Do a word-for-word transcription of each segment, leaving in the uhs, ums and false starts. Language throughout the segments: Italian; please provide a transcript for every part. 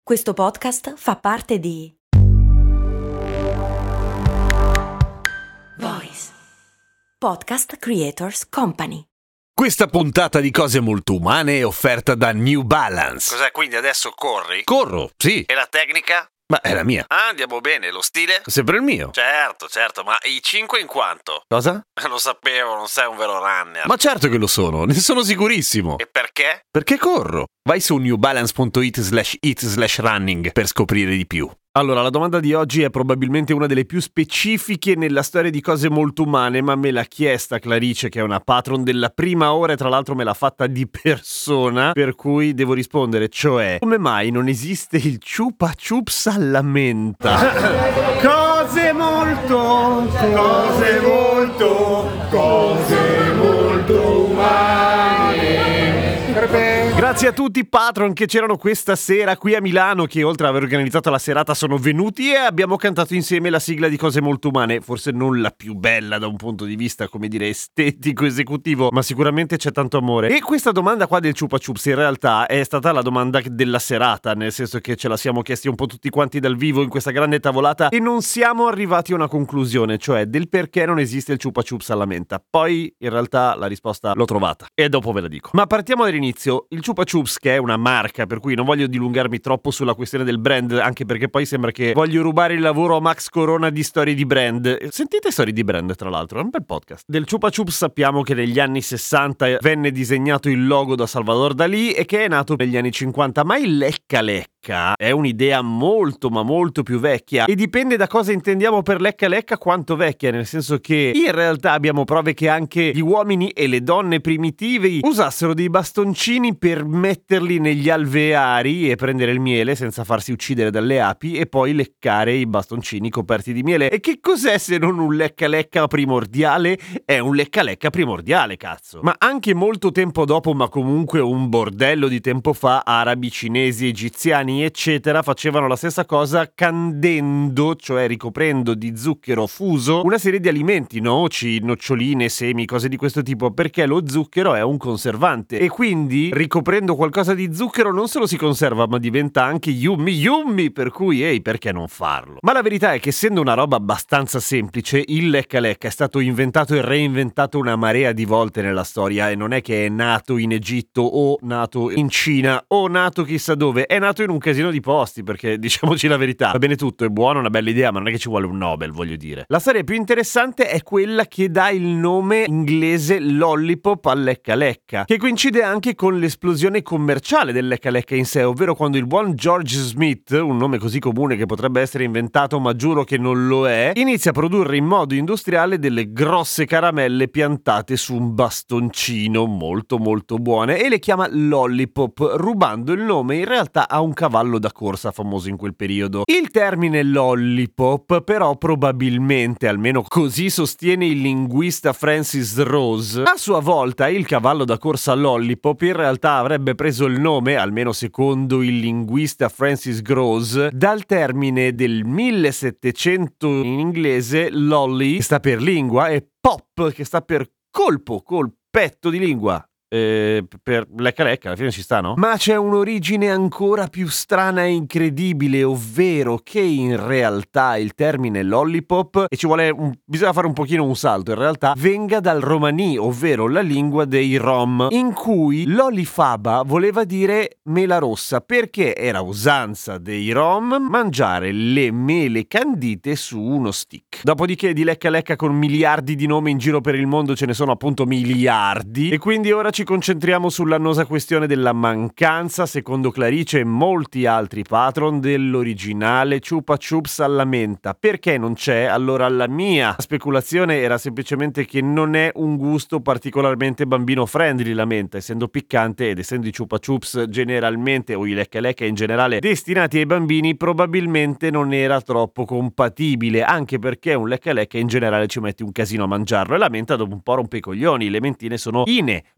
Questo podcast fa parte di Voice Podcast Creators Company. Questa puntata di Cose Molto Umane è offerta da New Balance. Cos'è, quindi adesso corri? Corro, sì. E la tecnica? Ma è la mia. Ah, andiamo bene. Lo stile? Sempre il mio. Certo, certo, ma i cinque in quanto? Cosa? Lo sapevo, non sei un vero runner. Ma certo che lo sono, ne sono sicurissimo. E perché? Perché corro. Vai su newbalance.it slash it slash running per scoprire di più. Allora, la domanda di oggi è probabilmente una delle più specifiche nella storia di Cose Molto Umane, ma me l'ha chiesta Clarice, che è una patron della prima ora, e tra l'altro me l'ha fatta di persona, per cui devo rispondere, cioè, come mai non esiste il Chupa Chups alla menta? Cose molto, cose molto, cose molto umane. Grazie a tutti i patron che c'erano questa sera qui a Milano, che oltre ad aver organizzato la serata sono venuti e abbiamo cantato insieme la sigla di Cose Molto Umane, forse non la più bella da un punto di vista, come dire, estetico, esecutivo, ma sicuramente c'è tanto amore. E questa domanda qua del Chupa Chups in realtà è stata la domanda della serata, nel senso che ce la siamo chiesti un po' tutti quanti dal vivo in questa grande tavolata e non siamo arrivati a una conclusione, cioè del perché non esiste il Chupa Chups alla menta. Poi in realtà la risposta l'ho trovata e dopo ve la dico. Ma partiamo dall'inizio. Il Chupa Chups, che è una marca, per cui non voglio dilungarmi troppo sulla questione del brand, anche perché poi sembra che voglio rubare il lavoro a Max Corona di storie di brand. Sentite storie di brand, tra l'altro, è un bel podcast. Del Chupa Chups sappiamo che negli anni sessanta venne disegnato il logo da Salvador Dalì e che è nato negli anni cinquanta, ma il lecca lecca è un'idea molto ma molto più vecchia e dipende da cosa intendiamo per lecca lecca quanto vecchia, nel senso che in realtà abbiamo prove che anche gli uomini e le donne primitivi usassero dei bastoncini per metterli negli alveari e prendere il miele senza farsi uccidere dalle api e poi leccare i bastoncini coperti di miele. E che cos'è se non un lecca lecca primordiale? È un lecca lecca primordiale, cazzo. Ma anche molto tempo dopo, ma comunque un bordello di tempo fa, arabi, cinesi, egiziani eccetera facevano la stessa cosa candendo, cioè ricoprendo di zucchero fuso una serie di alimenti, noci, noccioline, semi, cose di questo tipo, perché lo zucchero è un conservante e quindi ricoprendo qualcosa di zucchero non solo si conserva ma diventa anche yummy yummy, per cui ehi, perché non farlo? Ma la verità è che essendo una roba abbastanza semplice, il lecca lecca è stato inventato e reinventato una marea di volte nella storia e non è che è nato in Egitto o nato in Cina o nato chissà dove, è nato in un casino di posti, perché diciamoci la verità, va bene tutto, è buono, una bella idea, ma non è che ci vuole un Nobel, voglio dire. La storia più interessante è quella che dà il nome inglese lollipop al lecca lecca, che coincide anche con l'esplosione commerciale del lecca lecca in sé, ovvero quando il buon George Smith, un nome così comune che potrebbe essere inventato ma giuro che non lo è, inizia a produrre in modo industriale delle grosse caramelle piantate su un bastoncino molto molto buone e le chiama lollipop, rubando il nome in realtà a un cavallo da corsa famoso in quel periodo. Il termine lollipop però probabilmente, almeno così sostiene il linguista Francis Rose, a sua volta il cavallo da corsa lollipop in realtà avrebbe preso il nome, almeno secondo il linguista Francis Rose, dal termine del millesettecento in inglese lolly, che sta per lingua, e pop, che sta per colpo, colpetto di lingua. Eh, per lecca lecca alla fine ci sta, no? Ma c'è un'origine ancora più strana e incredibile, ovvero che in realtà il termine lollipop, e ci vuole un, bisogna fare un pochino un salto, in realtà venga dal romani, ovvero la lingua dei rom, in cui lollifaba voleva dire mela rossa, perché era usanza dei rom mangiare le mele candite su uno stick. Dopodiché di lecca lecca con miliardi di nomi in giro per il mondo ce ne sono appunto miliardi, e quindi ora ci concentriamo sull'annosa questione della mancanza, secondo Clarice e molti altri patron, dell'originale Chupa Chups alla menta. Perché non c'è? Allora, la mia speculazione era semplicemente che non è un gusto particolarmente bambino friendly la menta, essendo piccante ed essendo i Chupa Chups generalmente, o i lecca lecca in generale, destinati ai bambini, probabilmente non era troppo compatibile, anche perché un lecca lecca in generale ci metti un casino a mangiarlo e la menta dopo un po' rompe i coglioni, le mentine sono ine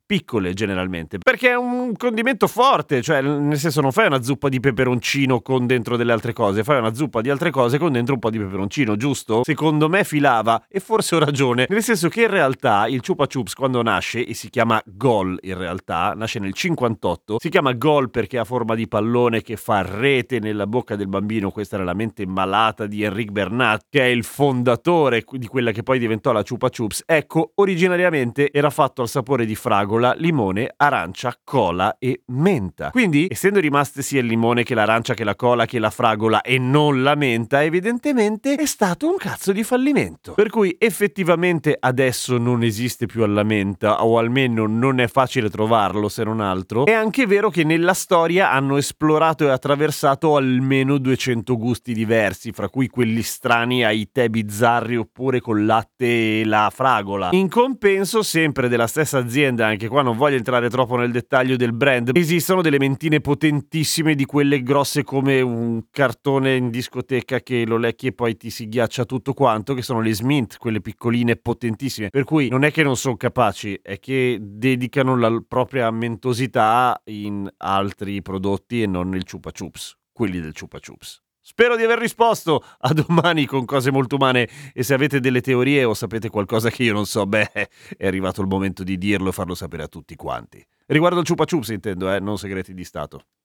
piccole generalmente, perché è un condimento forte, cioè nel senso non fai una zuppa di peperoncino con dentro delle altre cose, fai una zuppa di altre cose con dentro un po' di peperoncino, giusto? Secondo me filava, e forse ho ragione, nel senso che in realtà il Chupa Chups quando nasce, e si chiama Gol in realtà, nasce nel cinquantotto, si chiama Gol perché ha forma di pallone che fa rete nella bocca del bambino. Questa era la mente malata di Enric Bernat, che è il fondatore di quella che poi diventò la Chupa Chups. Ecco, originariamente era fatto al sapore di fragola, limone, arancia, cola e menta. Quindi, essendo rimaste sia il limone che l'arancia che la cola che la fragola e non la menta, evidentemente è stato un cazzo di fallimento. Per cui effettivamente adesso non esiste più alla menta, o almeno non è facile trovarlo se non altro. È anche vero che nella storia hanno esplorato e attraversato almeno duecento gusti diversi, fra cui quelli strani ai tè bizzarri oppure col latte e la fragola. In compenso, sempre della stessa azienda, anche qua non voglio entrare troppo nel dettaglio del brand, esistono delle mentine potentissime, di quelle grosse come un cartone in discoteca che lo lecchi e poi ti si ghiaccia tutto quanto, che sono le Smint, quelle piccoline potentissime, per cui non è che non sono capaci, è che dedicano la propria mentosità in altri prodotti e non il Chupa Chups, quelli del Chupa Chups. Spero di aver risposto. A domani con Cose Molto Umane, e se avete delle teorie o sapete qualcosa che io non so, beh, è arrivato il momento di dirlo e farlo sapere a tutti quanti. Riguardo il Chupa Chups intendo, eh, non segreti di Stato.